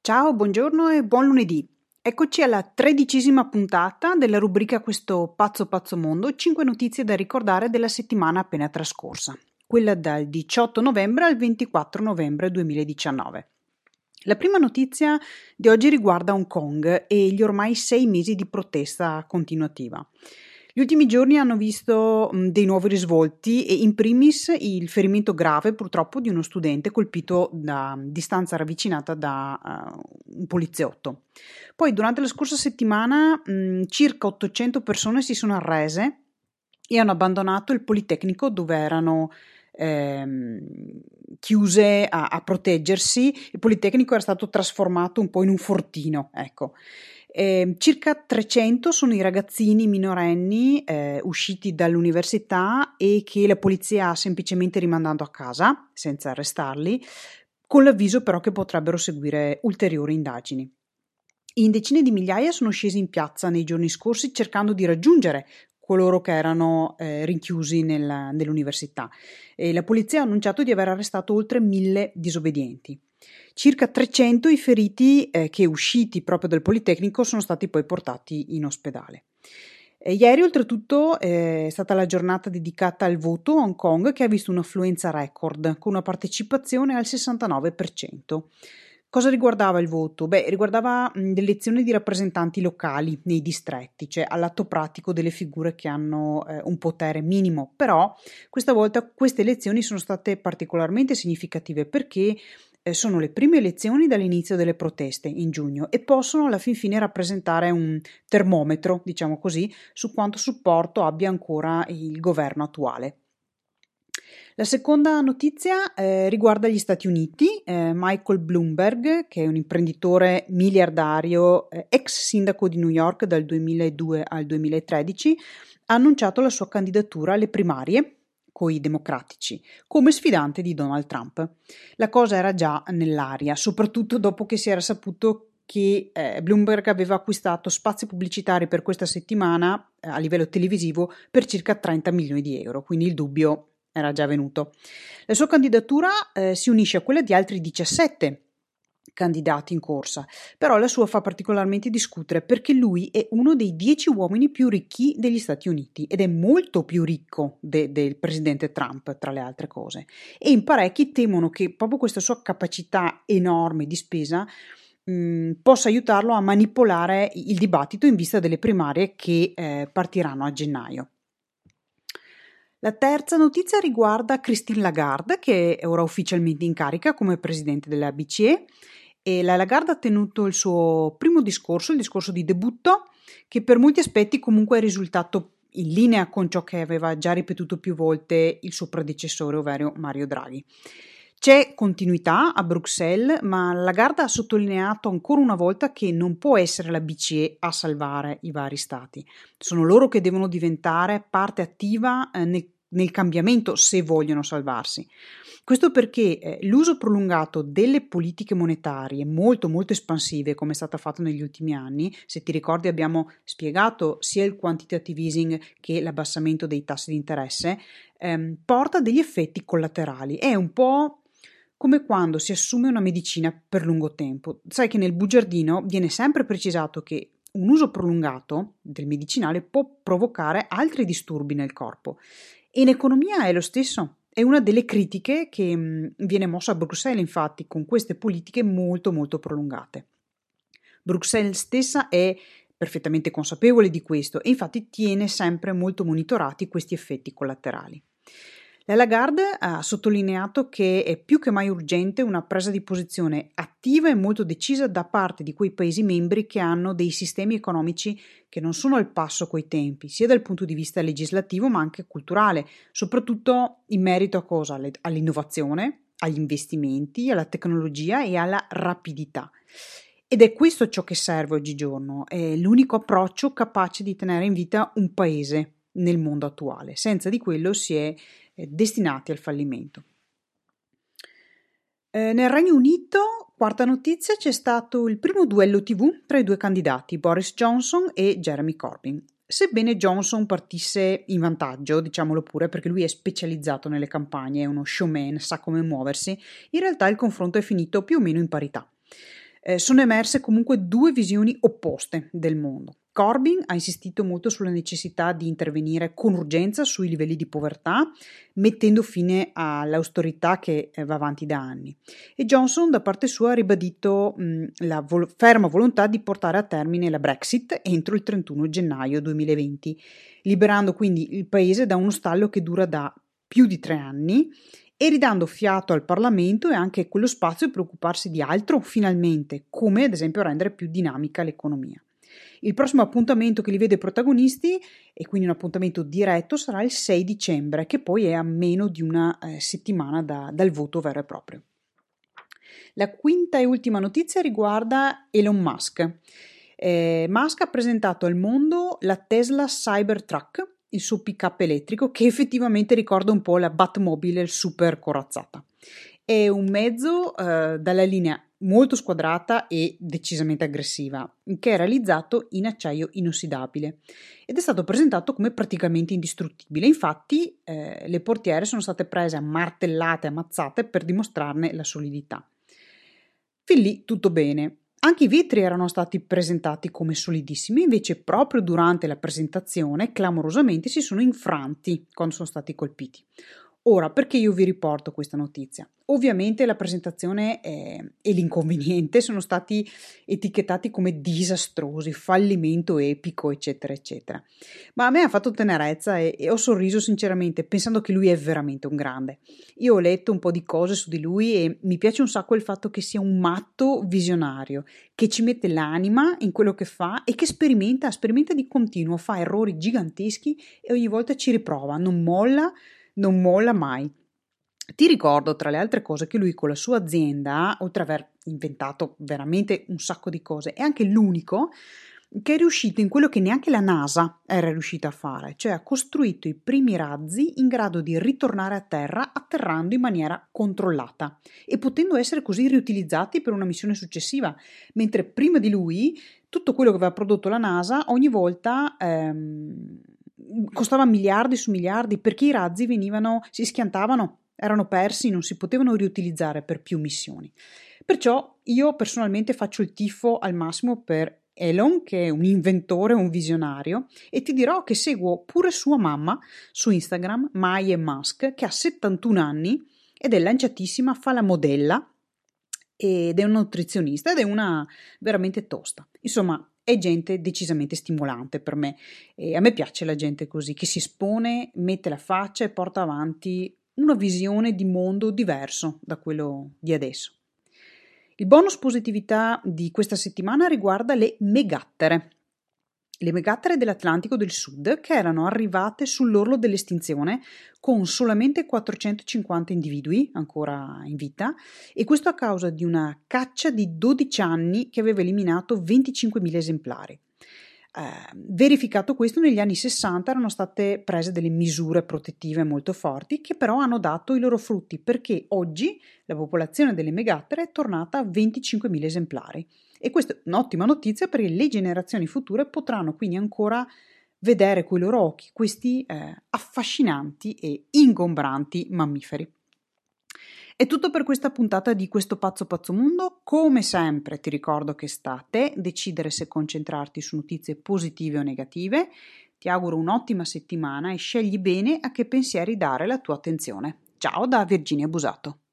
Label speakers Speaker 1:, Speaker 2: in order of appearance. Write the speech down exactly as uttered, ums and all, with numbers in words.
Speaker 1: Ciao, buongiorno e buon lunedì. Eccoci alla tredicesima puntata della rubrica Questo pazzo pazzo mondo, cinque notizie da ricordare della settimana appena trascorsa, quella dal diciotto novembre al ventiquattro novembre duemiladiciannove. La prima notizia di oggi riguarda Hong Kong e gli ormai sei mesi di protesta continuativa. Gli ultimi giorni hanno visto mh, dei nuovi risvolti e in primis il ferimento grave purtroppo di uno studente colpito da distanza ravvicinata da uh, un poliziotto. Poi durante la scorsa settimana mh, circa ottocento persone si sono arrese e hanno abbandonato il Politecnico dove erano ehm, chiuse a, a proteggersi. Il Politecnico era stato trasformato un po' in un fortino, ecco. Eh, circa trecento sono i ragazzini minorenni eh, usciti dall'università e che la polizia ha semplicemente rimandato a casa senza arrestarli, con l'avviso però che potrebbero seguire ulteriori indagini. In decine di migliaia sono scesi in piazza nei giorni scorsi cercando di raggiungere coloro che erano eh, rinchiusi nella, nell'università e la polizia ha annunciato di aver arrestato oltre mille disobbedienti. Circa trecento i feriti eh, che usciti proprio dal Politecnico sono stati poi portati in ospedale. E ieri oltretutto eh, è stata la giornata dedicata al voto a Hong Kong che ha visto un'affluenza record con una partecipazione al sessantanove per cento. Cosa riguardava il voto? Beh, riguardava mh, l'elezione di rappresentanti locali nei distretti, cioè all'atto pratico delle figure che hanno eh, un potere minimo, però questa volta queste elezioni sono state particolarmente significative perché eh, sono le prime elezioni dall'inizio delle proteste in giugno e possono alla fin fine rappresentare un termometro, diciamo così, su quanto supporto abbia ancora il governo attuale. La seconda notizia eh, riguarda gli Stati Uniti. Eh, Michael Bloomberg, che è un imprenditore miliardario, eh, ex sindaco di New York dal duemiladue al duemilatredici, ha annunciato la sua candidatura alle primarie coi democratici come sfidante di Donald Trump. La cosa era già nell'aria, soprattutto dopo che si era saputo che eh, Bloomberg aveva acquistato spazi pubblicitari per questa settimana eh, a livello televisivo per circa trenta milioni di euro, quindi il dubbio era già venuto. La sua candidatura eh, si unisce a quella di altri diciassette candidati in corsa, però la sua fa particolarmente discutere perché lui è uno dei dieci uomini più ricchi degli Stati Uniti ed è molto più ricco de- del presidente Trump, tra le altre cose. E in parecchi temono che proprio questa sua capacità enorme di spesa mh, possa aiutarlo a manipolare il dibattito in vista delle primarie che eh, partiranno a gennaio. La terza notizia riguarda Christine Lagarde, che è ora ufficialmente in carica come presidente della B C E e la Lagarde ha tenuto il suo primo discorso, il discorso di debutto, che per molti aspetti comunque è risultato in linea con ciò che aveva già ripetuto più volte il suo predecessore, ovvero Mario Draghi. C'è continuità a Bruxelles, ma Lagarde ha sottolineato ancora una volta che non può essere la B C E a salvare i vari stati. Sono loro che devono diventare parte attiva eh, nel, nel cambiamento se vogliono salvarsi. Questo perché eh, l'uso prolungato delle politiche monetarie molto molto espansive come è stata fatta negli ultimi anni, se ti ricordi abbiamo spiegato sia il quantitative easing che l'abbassamento dei tassi di interesse, ehm, porta degli effetti collaterali. È un po' come quando si assume una medicina per lungo tempo. Sai che nel bugiardino viene sempre precisato che un uso prolungato del medicinale può provocare altri disturbi nel corpo. E in economia è lo stesso. È una delle critiche che mh, viene mossa a Bruxelles, infatti, con queste politiche molto molto prolungate. Bruxelles stessa è perfettamente consapevole di questo e infatti tiene sempre molto monitorati questi effetti collaterali. La Lagarde ha sottolineato che è più che mai urgente una presa di posizione attiva e molto decisa da parte di quei Paesi membri che hanno dei sistemi economici che non sono al passo coi tempi, sia dal punto di vista legislativo ma anche culturale, soprattutto in merito a cosa? All'innovazione, agli investimenti, alla tecnologia e alla rapidità. Ed è questo ciò che serve oggigiorno, è l'unico approccio capace di tenere in vita un paese nel mondo attuale. Senza di quello si è eh, destinati al fallimento. Eh, nel Regno Unito, quarta notizia, c'è stato il primo duello tivù tra i due candidati, Boris Johnson e Jeremy Corbyn. Sebbene Johnson partisse in vantaggio, diciamolo pure, perché lui è specializzato nelle campagne, è uno showman, sa come muoversi, in realtà il confronto è finito più o meno in parità. Eh, sono emerse comunque due visioni opposte del mondo. Corbyn ha insistito molto sulla necessità di intervenire con urgenza sui livelli di povertà, mettendo fine all'austerità che va avanti da anni. E Johnson, da parte sua, ha ribadito mh, la vol- ferma volontà di portare a termine la Brexit entro il trentuno gennaio duemilaventi, liberando quindi il paese da uno stallo che dura da più di tre anni e ridando fiato al Parlamento e anche quello spazio per occuparsi di altro, finalmente, come ad esempio rendere più dinamica l'economia. Il prossimo appuntamento che li vede protagonisti, e quindi un appuntamento diretto, sarà il sei dicembre, che poi è a meno di una eh, settimana da, dal voto vero e proprio. La quinta e ultima notizia riguarda Elon Musk. Eh, Musk ha presentato al mondo la Tesla Cybertruck, il suo pick-up elettrico, che effettivamente ricorda un po' la Batmobile super corazzata. È un mezzo eh, dalla linea molto squadrata e decisamente aggressiva, che è realizzato in acciaio inossidabile ed è stato presentato come praticamente indistruttibile. Infatti eh, le portiere sono state prese a martellate, ammazzate per dimostrarne la solidità. Fin lì tutto bene. Anche i vetri erano stati presentati come solidissimi, invece proprio durante la presentazione clamorosamente si sono infranti quando sono stati colpiti. Ora, perché io vi riporto questa notizia? Ovviamente la presentazione e l'inconveniente sono stati etichettati come disastrosi, fallimento epico, eccetera, eccetera. Ma a me ha fatto tenerezza e, e ho sorriso sinceramente, pensando che lui è veramente un grande. Io ho letto un po' di cose su di lui e mi piace un sacco il fatto che sia un matto visionario, che ci mette l'anima in quello che fa e che sperimenta, sperimenta di continuo, fa errori giganteschi e ogni volta ci riprova, non molla, non molla mai. Ti ricordo, tra le altre cose, che lui con la sua azienda, oltre ad aver inventato veramente un sacco di cose, è anche l'unico che è riuscito in quello che neanche la NASA era riuscita a fare, cioè ha costruito i primi razzi in grado di ritornare a terra atterrando in maniera controllata e potendo essere così riutilizzati per una missione successiva, mentre prima di lui tutto quello che aveva prodotto la NASA ogni volta ehm, costava miliardi su miliardi perché i razzi venivano, si schiantavano, erano persi, non si potevano riutilizzare per più missioni. Perciò io personalmente faccio il tifo al massimo per Elon, che è un inventore, un visionario, e ti dirò che seguo pure sua mamma su Instagram, Mai e Musk, che ha settantuno anni ed è lanciatissima, fa la modella ed è un nutrizionista ed è una veramente tosta. Insomma, è gente decisamente stimolante per me e a me piace la gente così, che si espone, mette la faccia e porta avanti una visione di mondo diverso da quello di adesso. Il bonus positività di questa settimana riguarda le megattere. Le megattere dell'Atlantico del Sud che erano arrivate sull'orlo dell'estinzione con solamente quattrocentocinquanta individui ancora in vita e questo a causa di una caccia di dodici anni che aveva eliminato venticinquemila esemplari. Eh, verificato questo, negli anni sessanta erano state prese delle misure protettive molto forti che però hanno dato i loro frutti perché oggi la popolazione delle megattere è tornata a venticinquemila esemplari e questa è un'ottima notizia perché le generazioni future potranno quindi ancora vedere coi loro occhi questi eh, affascinanti e ingombranti mammiferi. È tutto per questa puntata di Questo Pazzo Pazzo Mondo. Come sempre ti ricordo che sta a te decidere se concentrarti su notizie positive o negative. Ti auguro un'ottima settimana e scegli bene a che pensieri dare la tua attenzione. Ciao da Virginia Busato.